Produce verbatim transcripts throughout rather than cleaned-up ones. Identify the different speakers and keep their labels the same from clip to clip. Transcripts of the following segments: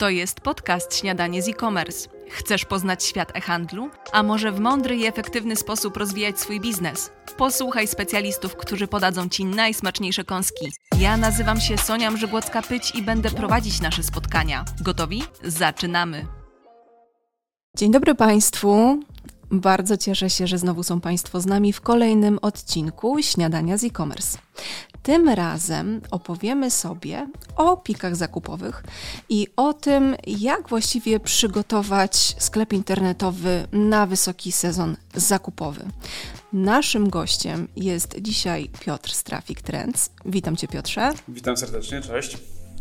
Speaker 1: To jest podcast Śniadanie z e-commerce. Chcesz poznać świat e-handlu? A może w mądry i efektywny sposób rozwijać swój biznes? Posłuchaj specjalistów, którzy podadzą Ci najsmaczniejsze kąski. Ja nazywam się Sonia Mrzygłocka-Pyć i będę prowadzić nasze spotkania. Gotowi? Zaczynamy! Dzień dobry Państwu. Bardzo cieszę się, że znowu są Państwo z nami w kolejnym odcinku Śniadania z e-commerce. Tym razem opowiemy sobie o pikach zakupowych i o tym, jak właściwie przygotować sklep internetowy na wysoki sezon zakupowy. Naszym gościem jest dzisiaj Piotr z Traffic Trends. Witam Cię, Piotrze.
Speaker 2: Witam serdecznie, cześć.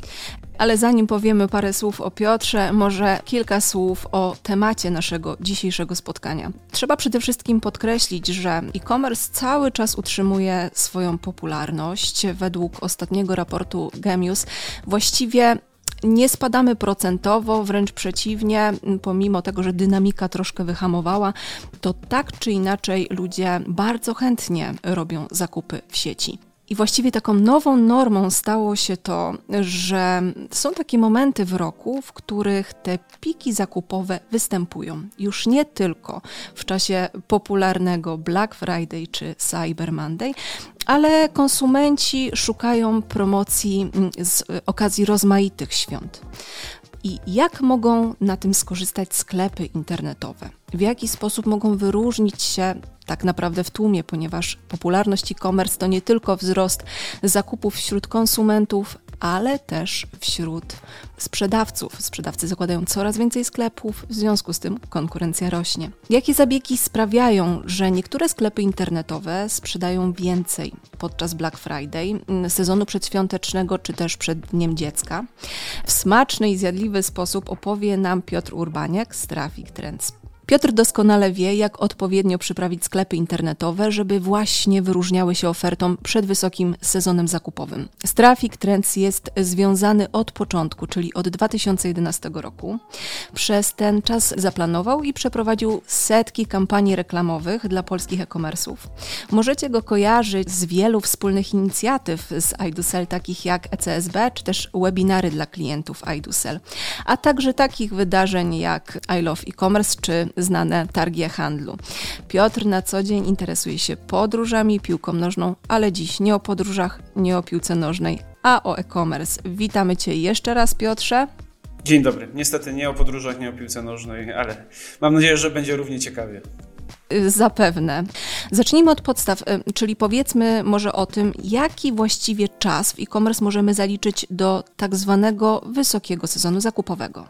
Speaker 1: Ale zanim powiemy parę słów o Piotrze, może kilka słów o temacie naszego dzisiejszego spotkania. Trzeba przede wszystkim podkreślić, że e-commerce cały czas utrzymuje swoją popularność. Według ostatniego raportu Gemius właściwie nie spadamy procentowo, wręcz przeciwnie, pomimo tego, że dynamika troszkę wyhamowała, to tak czy inaczej ludzie bardzo chętnie robią zakupy w sieci. I właściwie taką nową normą stało się to, że są takie momenty w roku, w których te piki zakupowe występują. Już nie tylko w czasie popularnego Black Friday czy Cyber Monday, ale konsumenci szukają promocji z okazji rozmaitych świąt. I jak mogą na tym skorzystać sklepy internetowe? W jaki sposób mogą wyróżnić się tak naprawdę w tłumie, ponieważ popularność e-commerce to nie tylko wzrost zakupów wśród konsumentów, ale też wśród sprzedawców. Sprzedawcy zakładają coraz więcej sklepów, w związku z tym konkurencja rośnie. Jakie zabiegi sprawiają, że niektóre sklepy internetowe sprzedają więcej podczas Black Friday, sezonu przedświątecznego czy też przed Dniem Dziecka? W smaczny i zjadliwy sposób opowie nam Piotr Urbaniak z Traffic Trends. Piotr doskonale wie, jak odpowiednio przyprawić sklepy internetowe, żeby właśnie wyróżniały się ofertą przed wysokim sezonem zakupowym. Z Traffic Trends jest związany od początku, czyli od dwa tysiące jedenastego roku. Przez ten czas zaplanował i przeprowadził setki kampanii reklamowych dla polskich e-commerce'ów. Możecie go kojarzyć z wielu wspólnych inicjatyw z iDoSell, takich jak E C S B, czy też webinary dla klientów iDoSell, a także takich wydarzeń jak I Love e-commerce, czy znane targi e-handlu. Piotr na co dzień interesuje się podróżami, piłką nożną, ale dziś nie o podróżach, nie o piłce nożnej, a o e-commerce. Witamy Cię jeszcze raz, Piotrze.
Speaker 2: Dzień dobry. Niestety nie o podróżach, nie o piłce nożnej, ale mam nadzieję, że będzie równie ciekawie.
Speaker 1: Zapewne. Zacznijmy od podstaw, czyli powiedzmy może o tym, jaki właściwie czas w e-commerce możemy zaliczyć do tak zwanego wysokiego sezonu zakupowego.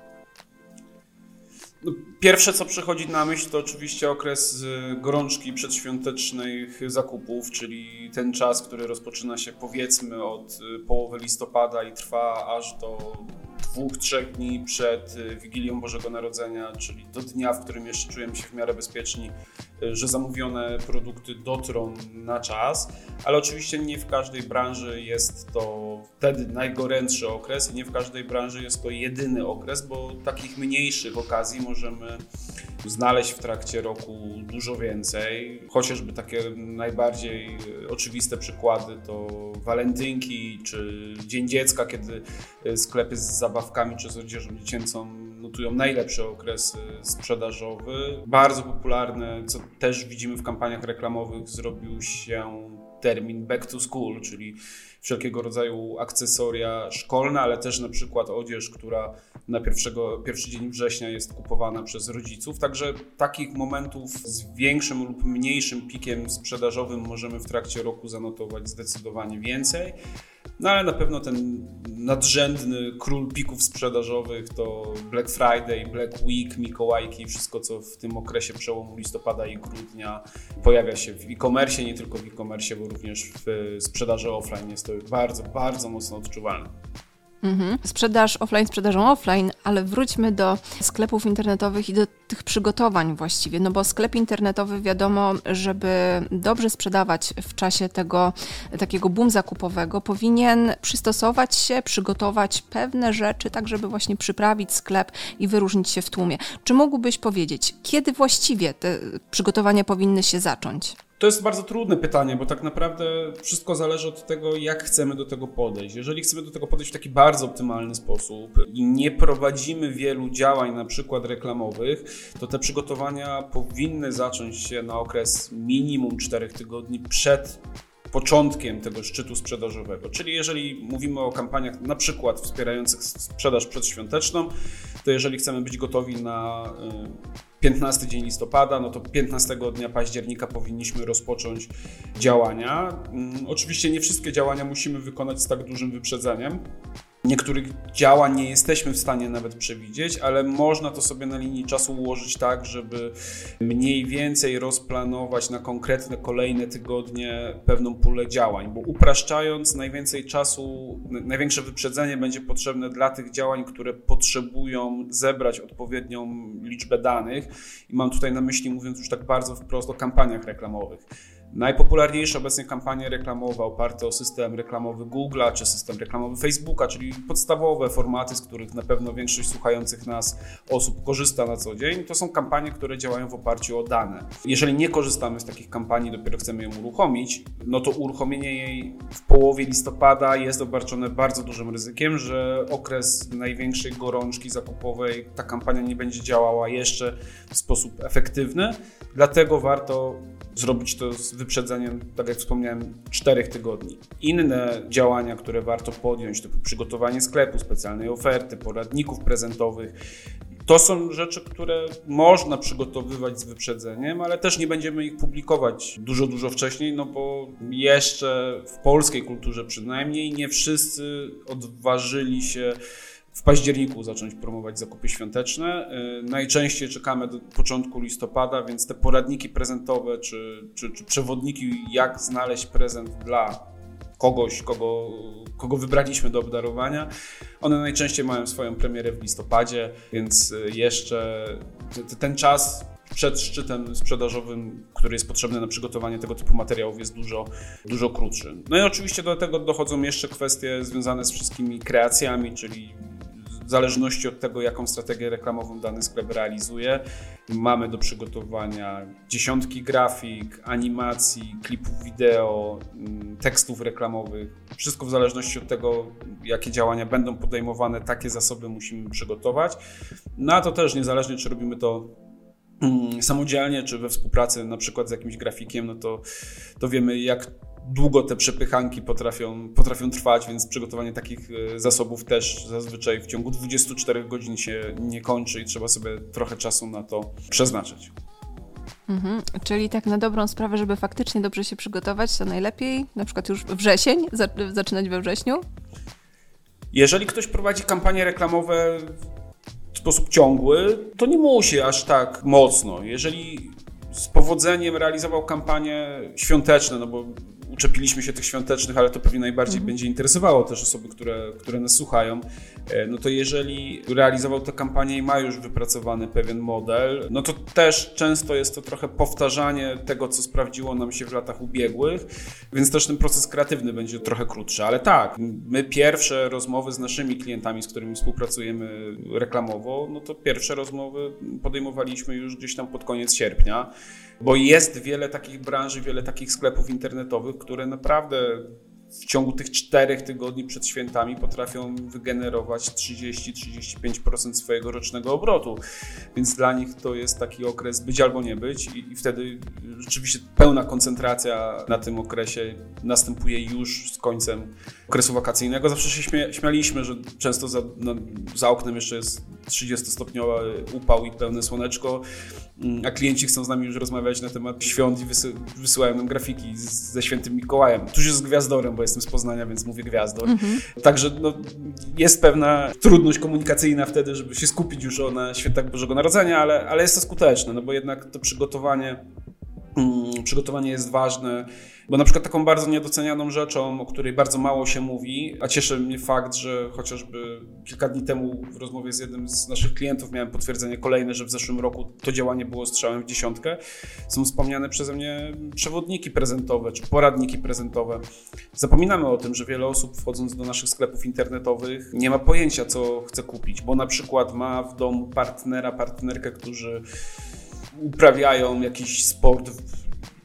Speaker 2: No, pierwsze, co przychodzi na myśl, to oczywiście okres gorączki przedświątecznych zakupów, czyli ten czas, który rozpoczyna się powiedzmy od połowy listopada i trwa aż do dwóch, trzech dni przed Wigilią Bożego Narodzenia, czyli do dnia, w którym jeszcze czujemy się w miarę bezpieczni, że zamówione produkty dotrą na czas, ale oczywiście nie w każdej branży jest to wtedy najgorętszy okres i nie w każdej branży jest to jedyny okres, bo takich mniejszych okazji możemy znaleźć w trakcie roku dużo więcej. Chociażby takie najbardziej oczywiste przykłady to walentynki czy Dzień Dziecka, kiedy sklepy z zabawkami czy z odzieżą dziecięcą notują najlepszy okres sprzedażowy. Bardzo popularne, co też widzimy w kampaniach reklamowych, zrobił się termin back to school, czyli wszelkiego rodzaju akcesoria szkolne, ale też na przykład odzież, która na pierwszego, pierwszy dzień września jest kupowana przez rodziców. Także takich momentów z większym lub mniejszym pikiem sprzedażowym możemy w trakcie roku zanotować zdecydowanie więcej. No ale na pewno ten nadrzędny król pików sprzedażowych to Black Friday, Black Week, Mikołajki, wszystko co w tym okresie przełomu listopada i grudnia pojawia się w e-commerce, nie tylko w e-commerce, bo również w sprzedaży offline jest to bardzo, bardzo mocno odczuwalne.
Speaker 1: Mhm. Sprzedaż offline sprzedażą offline, ale wróćmy do sklepów internetowych i do tych przygotowań właściwie, no bo sklep internetowy wiadomo, żeby dobrze sprzedawać w czasie tego takiego boom zakupowego, powinien przystosować się, przygotować pewne rzeczy, tak żeby właśnie przyprawić sklep i wyróżnić się w tłumie. Czy mógłbyś powiedzieć, kiedy właściwie te przygotowania powinny się zacząć?
Speaker 2: To jest bardzo trudne pytanie, bo tak naprawdę wszystko zależy od tego, jak chcemy do tego podejść. Jeżeli chcemy do tego podejść w taki bardzo optymalny sposób i nie prowadzimy wielu działań, na przykład reklamowych, to te przygotowania powinny zacząć się na okres minimum czterech tygodni przed początkiem tego szczytu sprzedażowego. Czyli jeżeli mówimy o kampaniach na przykład wspierających sprzedaż przedświąteczną, to jeżeli chcemy być gotowi na piętnasty dzień listopada, no to piętnastego dnia października powinniśmy rozpocząć działania. Oczywiście nie wszystkie działania musimy wykonać z tak dużym wyprzedzeniem. Niektórych działań nie jesteśmy w stanie nawet przewidzieć, ale można to sobie na linii czasu ułożyć tak, żeby mniej więcej rozplanować na konkretne kolejne tygodnie pewną pulę działań, bo upraszczając, najwięcej czasu, największe wyprzedzenie będzie potrzebne dla tych działań, które potrzebują zebrać odpowiednią liczbę danych i mam tutaj na myśli, mówiąc już tak bardzo wprost, o kampaniach reklamowych. Najpopularniejsze obecnie kampanie reklamowe oparte o system reklamowy Google'a czy system reklamowy Facebooka, czyli podstawowe formaty, z których na pewno większość słuchających nas osób korzysta na co dzień, to są kampanie, które działają w oparciu o dane. Jeżeli nie korzystamy z takich kampanii, dopiero chcemy ją uruchomić, no to uruchomienie jej w połowie listopada jest obarczone bardzo dużym ryzykiem, że okres największej gorączki zakupowej ta kampania nie będzie działała jeszcze w sposób efektywny, dlatego warto zrobić to z wyprzedzeniem, tak jak wspomniałem, czterech tygodni. Inne działania, które warto podjąć, to przygotowanie sklepu, specjalnej oferty, poradników prezentowych. To są rzeczy, które można przygotowywać z wyprzedzeniem, ale też nie będziemy ich publikować dużo, dużo wcześniej, no bo jeszcze w polskiej kulturze przynajmniej nie wszyscy odważyli się w październiku zacząć promować zakupy świąteczne. Najczęściej czekamy do początku listopada, więc te poradniki prezentowe czy, czy, czy przewodniki, jak znaleźć prezent dla kogoś, kogo, kogo wybraliśmy do obdarowania, one najczęściej mają swoją premierę w listopadzie, więc jeszcze ten czas przed szczytem sprzedażowym, który jest potrzebny na przygotowanie tego typu materiałów, jest dużo, dużo krótszy. No i oczywiście do tego dochodzą jeszcze kwestie związane z wszystkimi kreacjami, czyli w zależności od tego, jaką strategię reklamową dany sklep realizuje, mamy do przygotowania dziesiątki grafik, animacji, klipów wideo, tekstów reklamowych. Wszystko w zależności od tego, jakie działania będą podejmowane, takie zasoby musimy przygotować. No a to też niezależnie, czy robimy to samodzielnie, czy we współpracy na przykład z jakimś grafikiem, no to, to wiemy, jak długo te przepychanki potrafią, potrafią trwać, więc przygotowanie takich zasobów też zazwyczaj w ciągu dwudziestu czterech godzin się nie kończy i trzeba sobie trochę czasu na to przeznaczyć.
Speaker 1: Mhm, czyli tak na dobrą sprawę, żeby faktycznie dobrze się przygotować, to najlepiej na przykład już wrzesień, zaczynać we wrześniu?
Speaker 2: Jeżeli ktoś prowadzi kampanie reklamowe w sposób ciągły, to nie musi aż tak mocno. Jeżeli z powodzeniem realizował kampanie świąteczne, no bo uczepiliśmy się tych świątecznych, ale to pewnie najbardziej mhm. będzie interesowało też osoby, które, które nas słuchają, no to jeżeli realizował tę kampanię i ma już wypracowany pewien model, no to też często jest to trochę powtarzanie tego, co sprawdziło nam się w latach ubiegłych, więc też ten proces kreatywny będzie trochę krótszy, ale tak, my pierwsze rozmowy z naszymi klientami, z którymi współpracujemy reklamowo, no to pierwsze rozmowy podejmowaliśmy już gdzieś tam pod koniec sierpnia, bo jest wiele takich branży, wiele takich sklepów internetowych, które naprawdę w ciągu tych czterech tygodni przed świętami potrafią wygenerować trzydzieści do trzydziestu pięciu procent swojego rocznego obrotu. Więc dla nich to jest taki okres być albo nie być i, i wtedy rzeczywiście pełna koncentracja na tym okresie następuje już z końcem okresu wakacyjnego. Zawsze się śmia- śmialiśmy, że często za, no, za oknem jeszcze jest trzydziestostopniowy upał i pełne słoneczko, a klienci chcą z nami już rozmawiać na temat świąt i wysy- wysyłają nam grafiki z, ze Świętym Mikołajem. Tuż jest z Gwiazdorem, bo jestem z Poznania, więc mówię Gwiazdor. Mm-hmm. Także no, jest pewna trudność komunikacyjna wtedy, żeby się skupić już na świętach Bożego Narodzenia, ale, ale jest to skuteczne, no bo jednak to przygotowanie, mm, przygotowanie jest ważne. Bo na przykład taką bardzo niedocenianą rzeczą, o której bardzo mało się mówi, a cieszy mnie fakt, że chociażby kilka dni temu w rozmowie z jednym z naszych klientów miałem potwierdzenie kolejne, że w zeszłym roku to działanie było strzałem w dziesiątkę, są wspomniane przeze mnie przewodniki prezentowe czy poradniki prezentowe. Zapominamy o tym, że wiele osób wchodząc do naszych sklepów internetowych nie ma pojęcia, co chce kupić, bo na przykład ma w domu partnera, partnerkę, którzy uprawiają jakiś sport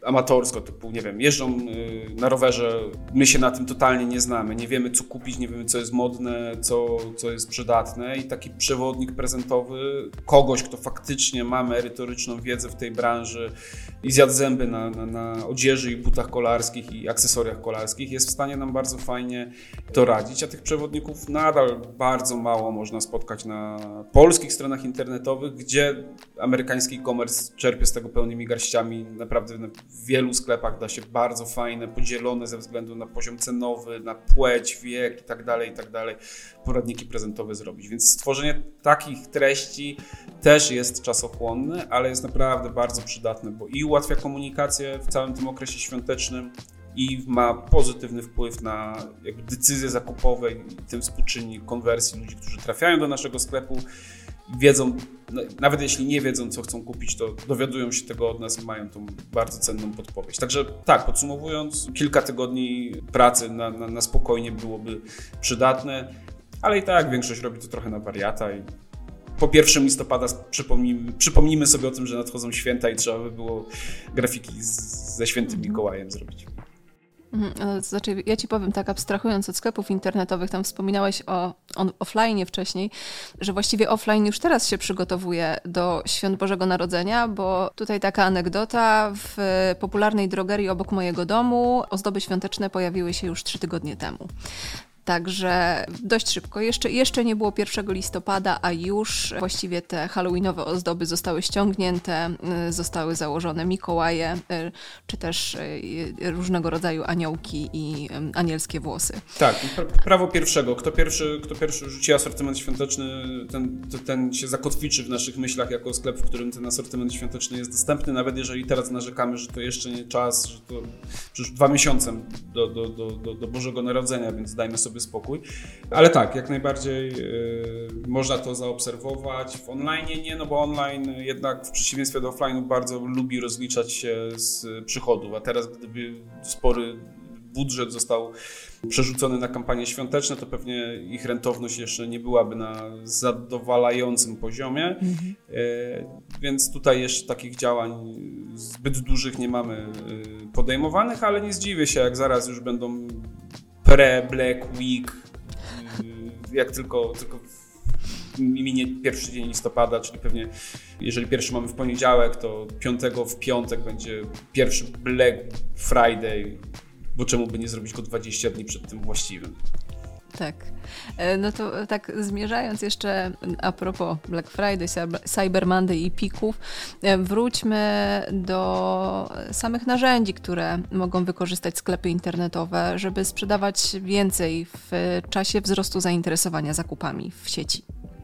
Speaker 2: amatorsko, typu, nie wiem, jeżdżą na rowerze, my się na tym totalnie nie znamy, nie wiemy co kupić, nie wiemy co jest modne, co, co jest przydatne i taki przewodnik prezentowy kogoś, kto faktycznie ma merytoryczną wiedzę w tej branży i zjadł zęby na, na, na odzieży i butach kolarskich i akcesoriach kolarskich, jest w stanie nam bardzo fajnie doradzić, a tych przewodników nadal bardzo mało można spotkać na polskich stronach internetowych, gdzie amerykański e-commerce czerpie z tego pełnymi garściami. Naprawdę w wielu sklepach da się bardzo fajne, podzielone ze względu na poziom cenowy, na płeć, wiek i tak dalej, i tak dalej, poradniki prezentowe zrobić. Więc stworzenie takich treści też jest czasochłonne, ale jest naprawdę bardzo przydatne, bo i ułatwia komunikację w całym tym okresie świątecznym i ma pozytywny wpływ na jakby decyzje zakupowe i ten współczynnik konwersji ludzi, którzy trafiają do naszego sklepu, wiedzą, nawet jeśli nie wiedzą, co chcą kupić, to dowiadują się tego od nas i mają tą bardzo cenną podpowiedź. Także tak, podsumowując, kilka tygodni pracy na, na, na spokojnie byłoby przydatne, ale i tak większość robi to trochę na wariata i po pierwszego listopada przypomnijmy, przypomnijmy sobie o tym, że nadchodzą święta i trzeba by było grafiki z, ze świętym Mikołajem zrobić.
Speaker 1: Znaczy, ja ci powiem tak, abstrahując od sklepów internetowych, tam wspominałeś o on, offline wcześniej, że właściwie offline już teraz się przygotowuje do Świąt Bożego Narodzenia, bo tutaj taka anegdota, w popularnej drogerii obok mojego domu ozdoby świąteczne pojawiły się już trzy tygodnie temu. Także dość szybko. Jeszcze, jeszcze nie było pierwszego listopada, a już właściwie te halloweenowe ozdoby zostały ściągnięte, zostały założone Mikołaje, czy też różnego rodzaju aniołki i anielskie włosy.
Speaker 2: Tak, prawo pierwszego. Kto pierwszy, kto pierwszy rzuci asortyment świąteczny, ten, ten się zakotwiczy w naszych myślach jako sklep, w którym ten asortyment świąteczny jest dostępny, nawet jeżeli teraz narzekamy, że to jeszcze nie czas, że to przecież dwa miesiące do, do, do, do, do Bożego Narodzenia, więc dajmy sobie spokój. Ale tak, jak najbardziej yy, można to zaobserwować. W online nie, no bo online jednak w przeciwieństwie do offline'u bardzo lubi rozliczać się z przychodów, a teraz gdyby spory budżet został przerzucony na kampanie świąteczne, to pewnie ich rentowność jeszcze nie byłaby na zadowalającym poziomie, mhm. yy, więc tutaj jeszcze takich działań zbyt dużych nie mamy yy, podejmowanych, ale nie zdziwię się, jak zaraz już będą pre-Black Week, jak tylko, tylko minie pierwszy dzień listopada, czyli pewnie jeżeli pierwszy mamy w poniedziałek, to piątego w piątek będzie pierwszy Black Friday, bo czemu by nie zrobić go dwadzieścia dni przed tym właściwym.
Speaker 1: Tak. No to tak zmierzając jeszcze a propos Black Friday, Cyber Monday i pików, wróćmy do samych narzędzi, które mogą wykorzystać sklepy internetowe, żeby sprzedawać więcej w czasie wzrostu zainteresowania zakupami w sieci.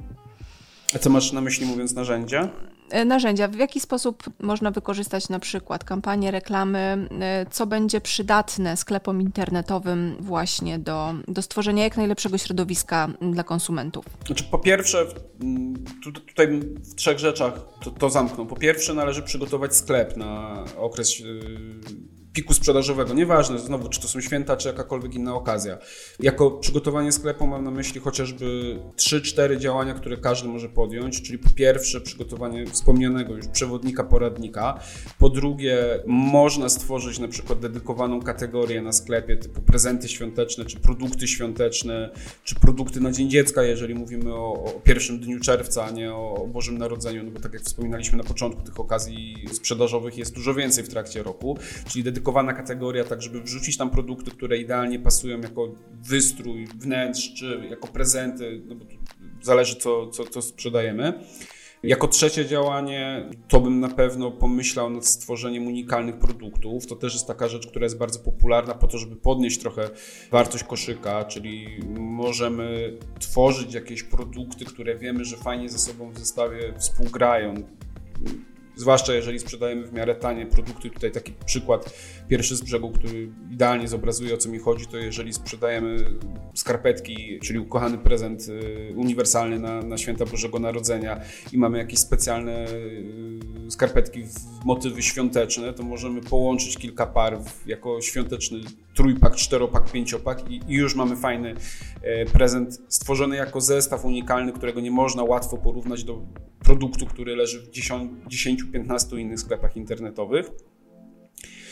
Speaker 2: A co masz na myśli mówiąc narzędzia?
Speaker 1: Narzędzia. W jaki sposób można wykorzystać na przykład kampanie, reklamy, co będzie przydatne sklepom internetowym właśnie do, do stworzenia jak najlepszego środowiska dla konsumentów?
Speaker 2: Znaczy, po pierwsze, tu, tutaj w trzech rzeczach to, to zamknę. Po pierwsze, należy przygotować sklep na okres yy, piku sprzedażowego. Nieważne znowu, czy to są święta, czy jakakolwiek inna okazja. Jako przygotowanie sklepu mam na myśli chociażby trzy cztery działania, które każdy może podjąć, czyli po pierwsze przygotowanie wspomnianego już przewodnika, poradnika. Po drugie, można stworzyć na przykład dedykowaną kategorię na sklepie typu prezenty świąteczne, czy produkty świąteczne, czy produkty na Dzień Dziecka, jeżeli mówimy o, o pierwszym dniu czerwca, a nie o Bożym Narodzeniu, no bo tak jak wspominaliśmy na początku, tych okazji sprzedażowych jest dużo więcej w trakcie roku, czyli dedykowana kategoria, tak żeby wrzucić tam produkty, które idealnie pasują jako wystrój wnętrz, czy jako prezenty, no bo zależy co, co, co sprzedajemy. Jako trzecie działanie to bym na pewno pomyślał nad stworzeniem unikalnych produktów. To też jest taka rzecz, która jest bardzo popularna po to, żeby podnieść trochę wartość koszyka, czyli możemy tworzyć jakieś produkty, które wiemy, że fajnie ze sobą w zestawie współgrają. Zwłaszcza jeżeli sprzedajemy w miarę tanie produkty. Tutaj taki przykład pierwszy z brzegu, który idealnie zobrazuje, o co mi chodzi, to jeżeli sprzedajemy skarpetki, czyli ukochany prezent uniwersalny na, na święta Bożego Narodzenia i mamy jakieś specjalne skarpetki w motywy świąteczne, to możemy połączyć kilka par w, jako świąteczny trójpak, czteropak, pięciopak i, i już mamy fajny prezent stworzony jako zestaw unikalny, którego nie można łatwo porównać do produktu, który leży w dziesięciu piętnastu innych sklepach internetowych.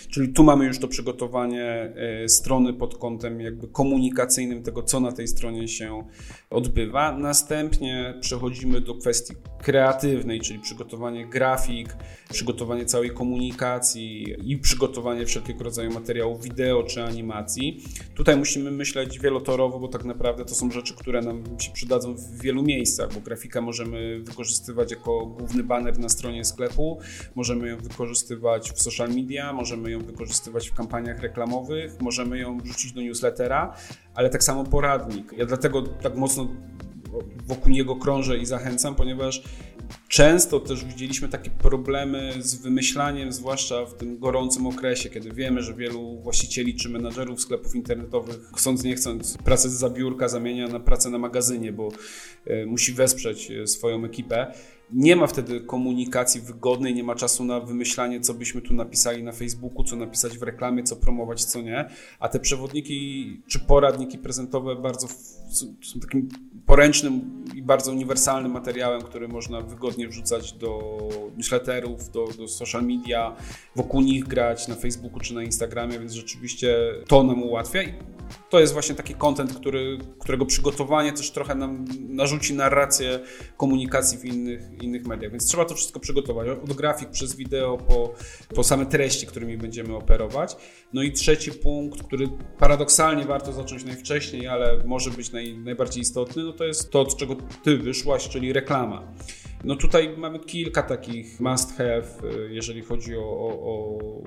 Speaker 2: Czyli tu mamy już to przygotowanie strony pod kątem jakby komunikacyjnym tego, co na tej stronie się odbywa. Następnie przechodzimy do kwestii kreatywnej, czyli przygotowanie grafik, przygotowanie całej komunikacji i przygotowanie wszelkiego rodzaju materiałów wideo czy animacji. Tutaj musimy myśleć wielotorowo, bo tak naprawdę to są rzeczy, które nam się przydadzą w wielu miejscach, bo grafikę możemy wykorzystywać jako główny baner na stronie sklepu, możemy ją wykorzystywać w social media, możemy ją wykorzystywać w kampaniach reklamowych, możemy ją wrzucić do newslettera, ale tak samo poradnik. Ja dlatego tak mocno wokół niego krążę i zachęcam, ponieważ często też widzieliśmy takie problemy z wymyślaniem, zwłaszcza w tym gorącym okresie, kiedy wiemy, że wielu właścicieli czy menadżerów sklepów internetowych, chcąc nie chcąc, pracę zza biurka zamienia na pracę na magazynie, bo musi wesprzeć swoją ekipę. Nie ma wtedy komunikacji wygodnej, nie ma czasu na wymyślanie, co byśmy tu napisali na Facebooku, co napisać w reklamie, co promować, co nie. A te przewodniki czy poradniki prezentowe bardzo są takim poręcznym i bardzo uniwersalnym materiałem, który można wygodnie wrzucać do newsletterów, do, do social media, wokół nich grać na Facebooku czy na Instagramie, więc rzeczywiście to nam ułatwia. I to jest właśnie taki content, który, którego przygotowanie też trochę nam narzuci narrację komunikacji w innych, innych mediach, więc trzeba to wszystko przygotować, od grafik przez wideo po, po same treści, którymi będziemy operować. No i trzeci punkt, który paradoksalnie warto zacząć najwcześniej, ale może być naj, najbardziej istotny, no to jest to, od czego ty wyszłaś, czyli reklama. No tutaj mamy kilka takich must have, jeżeli chodzi o, o, o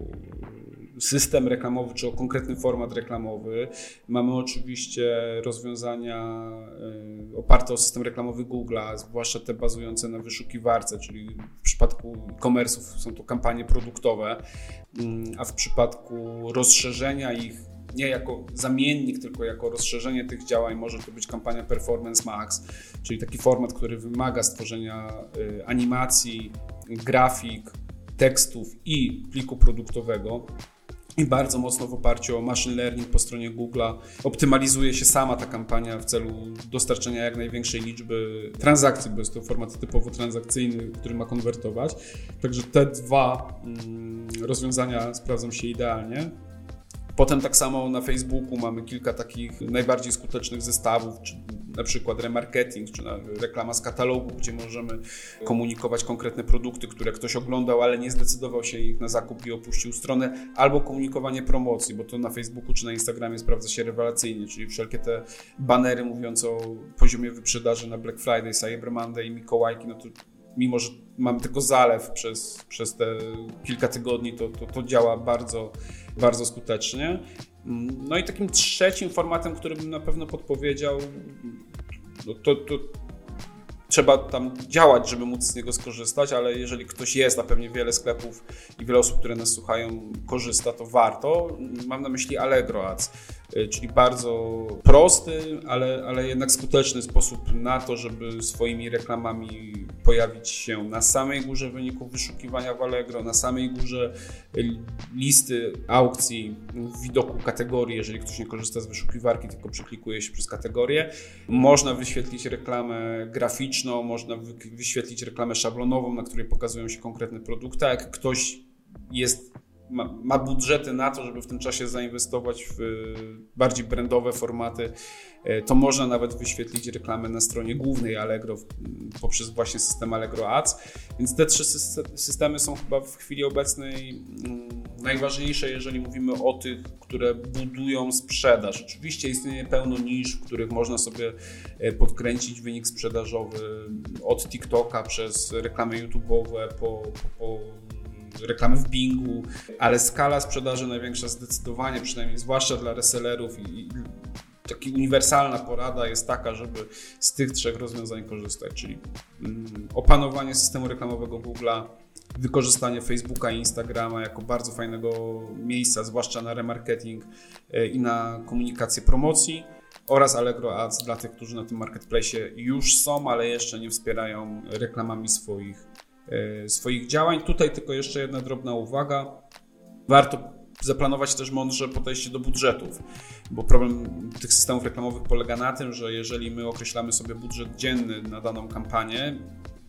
Speaker 2: system reklamowy, czy o konkretny format reklamowy. Mamy oczywiście rozwiązania oparte o system reklamowy Google'a, zwłaszcza te bazujące na wyszukiwarce, czyli w przypadku e-commerce'ów są to kampanie produktowe, a w przypadku rozszerzenia ich nie jako zamiennik, tylko jako rozszerzenie tych działań może to być kampania Performance Max, czyli taki format, który wymaga stworzenia animacji, grafik, tekstów i pliku produktowego. I bardzo mocno w oparciu o machine learning po stronie Google'a optymalizuje się sama ta kampania w celu dostarczenia jak największej liczby transakcji, bo jest to format typowo transakcyjny, który ma konwertować. Także te dwa mm, rozwiązania sprawdzą się idealnie. Potem tak samo na Facebooku mamy kilka takich najbardziej skutecznych zestawów, czy na przykład remarketing, czy reklama z katalogu, gdzie możemy komunikować konkretne produkty, które ktoś oglądał, ale nie zdecydował się ich na zakup i opuścił stronę, albo komunikowanie promocji, bo to na Facebooku czy na Instagramie sprawdza się rewelacyjnie, czyli wszelkie te banery mówiące o poziomie wyprzedaży na Black Friday, Cyber Monday i Mikołajki, no to mimo że mamy tylko zalew przez, przez te kilka tygodni, to, to, to działa bardzo, bardzo skutecznie. No i takim trzecim formatem, który bym na pewno podpowiedział, no to, to trzeba tam działać, żeby móc z niego skorzystać, ale jeżeli ktoś jest, a pewnie wiele sklepów i wiele osób, które nas słuchają, korzysta, to warto. Mam na myśli Allegro Ads, czyli bardzo prosty, ale, ale jednak skuteczny sposób na to, żeby swoimi reklamami pojawić się na samej górze wyników wyszukiwania w Allegro, na samej górze listy aukcji w widoku kategorii, jeżeli ktoś nie korzysta z wyszukiwarki, tylko przeklikuje się przez kategorię. Można wyświetlić reklamę graficzną, można wyświetlić reklamę szablonową, na której pokazują się konkretne produkty. A jak ktoś jest Ma, ma budżety na to, żeby w tym czasie zainwestować w bardziej brandowe formaty, to można nawet wyświetlić reklamę na stronie głównej Allegro poprzez właśnie system Allegro Ads. Więc te trzy systemy są chyba w chwili obecnej najważniejsze, jeżeli mówimy o tych, które budują sprzedaż. Oczywiście istnieje pełno nisz, w których można sobie podkręcić wynik sprzedażowy od TikToka przez reklamy YouTube'owe po, po reklamy w Bingu, ale skala sprzedaży największa zdecydowanie, przynajmniej zwłaszcza dla resellerów i, i taka uniwersalna porada jest taka, żeby z tych trzech rozwiązań korzystać, czyli mm, opanowanie systemu reklamowego Google'a, wykorzystanie Facebooka i Instagrama jako bardzo fajnego miejsca, zwłaszcza na remarketing y, i na komunikację promocji, oraz Allegro Ads dla tych, którzy na tym marketplace już są, ale jeszcze nie wspierają reklamami swoich swoich działań. Tutaj tylko jeszcze jedna drobna uwaga. Warto zaplanować też mądrze podejście do budżetów, bo problem tych systemów reklamowych polega na tym, że jeżeli my określamy sobie budżet dzienny na daną kampanię,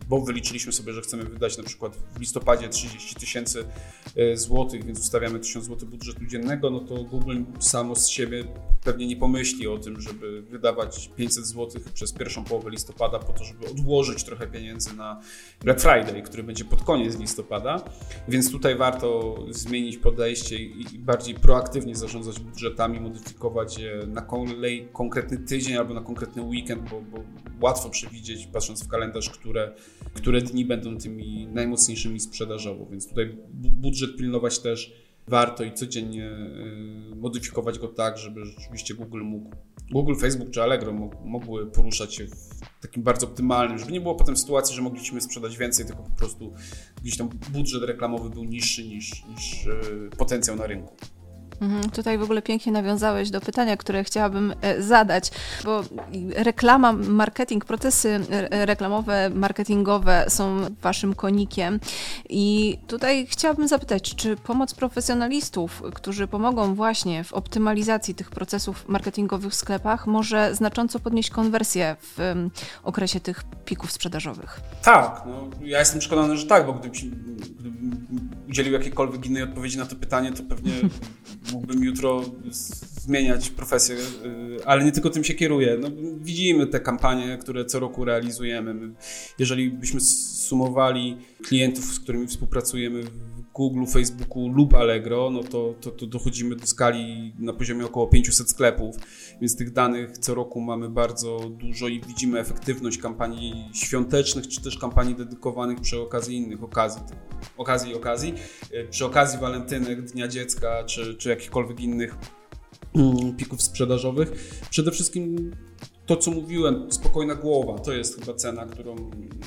Speaker 2: bo wyliczyliśmy sobie, że chcemy wydać na przykład w listopadzie trzydzieści tysięcy złotych, więc ustawiamy tysiąc złotych budżetu dziennego, no to Google samo z siebie pewnie nie pomyśli o tym, żeby wydawać pięćset złotych przez pierwszą połowę listopada po to, żeby odłożyć trochę pieniędzy na Black Friday, który będzie pod koniec listopada, więc tutaj warto zmienić podejście i bardziej proaktywnie zarządzać budżetami, modyfikować je na kolej konkretny tydzień albo na konkretny weekend, bo, bo łatwo przewidzieć, patrząc w kalendarz, które, które dni będą tymi najmocniejszymi sprzedażowo, więc tutaj budżet pilnować też warto i codziennie modyfikować go tak, żeby rzeczywiście Google mógł, Google, Facebook czy Allegro mogły poruszać się w takim bardzo optymalnym, żeby nie było potem sytuacji, że mogliśmy sprzedać więcej, tylko po prostu gdzieś tam budżet reklamowy był niższy niż, niż potencjał na rynku.
Speaker 1: Mhm, tutaj w ogóle pięknie nawiązałeś do pytania, które chciałabym zadać, bo reklama, marketing, procesy reklamowe, marketingowe są waszym konikiem i tutaj chciałabym zapytać, czy pomoc profesjonalistów, którzy pomogą właśnie w optymalizacji tych procesów marketingowych w sklepach, może znacząco podnieść konwersję w okresie tych pików sprzedażowych?
Speaker 2: Tak, no, ja jestem przekonany, że tak, bo gdybym, gdybym udzielił jakiejkolwiek innej odpowiedzi na to pytanie, to pewnie mógłbym jutro zmieniać profesję, ale nie tylko tym się kieruję. No, widzimy te kampanie, które co roku realizujemy. My, jeżeli byśmy sumowali klientów, z którymi współpracujemy w Google, Facebooku lub Allegro, no to, to, to dochodzimy do skali na poziomie około pięćset sklepów, więc tych danych co roku mamy bardzo dużo i widzimy efektywność kampanii świątecznych, czy też kampanii dedykowanych przy okazji innych okazji, okazji i okazji, przy okazji walentynek, Dnia Dziecka, czy, czy jakichkolwiek innych pików sprzedażowych. Przede wszystkim to, co mówiłem, spokojna głowa, to jest chyba cena, którą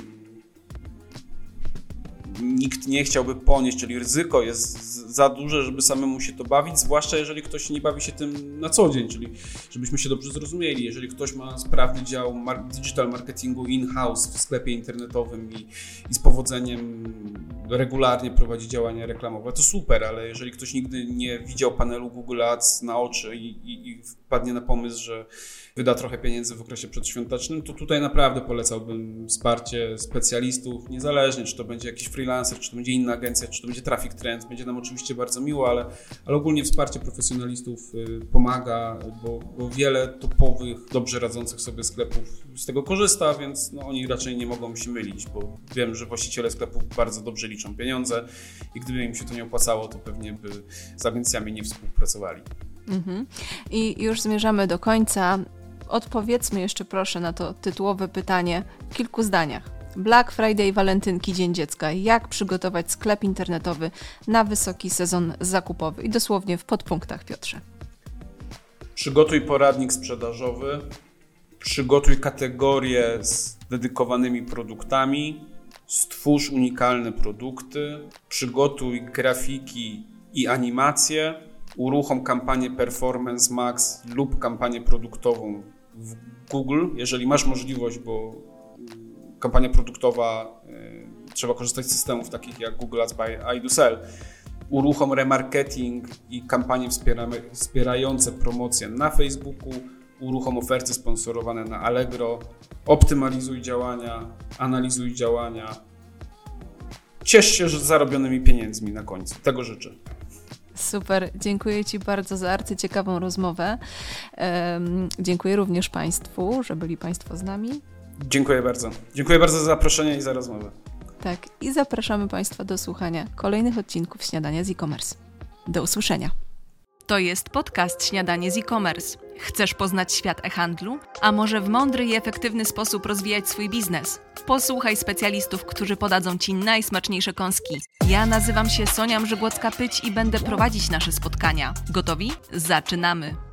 Speaker 2: nikt nie chciałby ponieść, czyli ryzyko jest za duże, żeby samemu się to bawić, zwłaszcza jeżeli ktoś nie bawi się tym na co dzień, czyli żebyśmy się dobrze zrozumieli, jeżeli ktoś ma sprawny dział digital marketingu in-house w sklepie internetowym i, i z powodzeniem regularnie prowadzi działania reklamowe, to super, ale jeżeli ktoś nigdy nie widział panelu Google Ads na oczy i, i, i wpadnie na pomysł, że wyda trochę pieniędzy w okresie przedświątecznym, to tutaj naprawdę polecałbym wsparcie specjalistów, niezależnie czy to będzie jakiś freelancer, czy to będzie inna agencja, czy to będzie Traffic Trends, będzie nam oczywiście bardzo miło, ale, ale ogólnie wsparcie profesjonalistów pomaga, bo, bo wiele topowych, dobrze radzących sobie sklepów z tego korzysta, więc no, oni raczej nie mogą się mylić, bo wiem, że właściciele sklepów bardzo dobrze liczą pieniądze i gdyby im się to nie opłacało, to pewnie by z agencjami nie współpracowali.
Speaker 1: Mhm. I już zmierzamy do końca. Odpowiedzmy jeszcze proszę na to tytułowe pytanie w kilku zdaniach. Black Friday, walentynki, Dzień Dziecka. Jak przygotować sklep internetowy na wysoki sezon zakupowy? I dosłownie w podpunktach, Piotrze.
Speaker 2: Przygotuj poradnik sprzedażowy, przygotuj kategorie z dedykowanymi produktami, stwórz unikalne produkty, przygotuj grafiki i animacje, uruchom kampanię Performance Max lub kampanię produktową w Google, jeżeli masz możliwość, bo kampania produktowa, y, trzeba korzystać z systemów takich jak Google Ads by I do Sell. Uruchom remarketing i kampanie wspierające promocje na Facebooku, uruchom oferty sponsorowane na Allegro, optymalizuj działania, analizuj działania. Ciesz się zarobionymi pieniędzmi na końcu. Tego życzę.
Speaker 1: Super, dziękuję Ci bardzo za arcyciekawą rozmowę. Um, dziękuję również Państwu, że byli Państwo z nami.
Speaker 2: Dziękuję bardzo. Dziękuję bardzo za zaproszenie i za rozmowę.
Speaker 1: Tak, i zapraszamy Państwa do słuchania kolejnych odcinków Śniadania z e-commerce. Do usłyszenia. To jest podcast Śniadanie z e-commerce. Chcesz poznać świat e-handlu? A może w mądry i efektywny sposób rozwijać swój biznes? Posłuchaj specjalistów, którzy podadzą Ci najsmaczniejsze kąski. Ja nazywam się Sonia Mrzygłocka-Pyć i będę prowadzić nasze spotkania. Gotowi? Zaczynamy!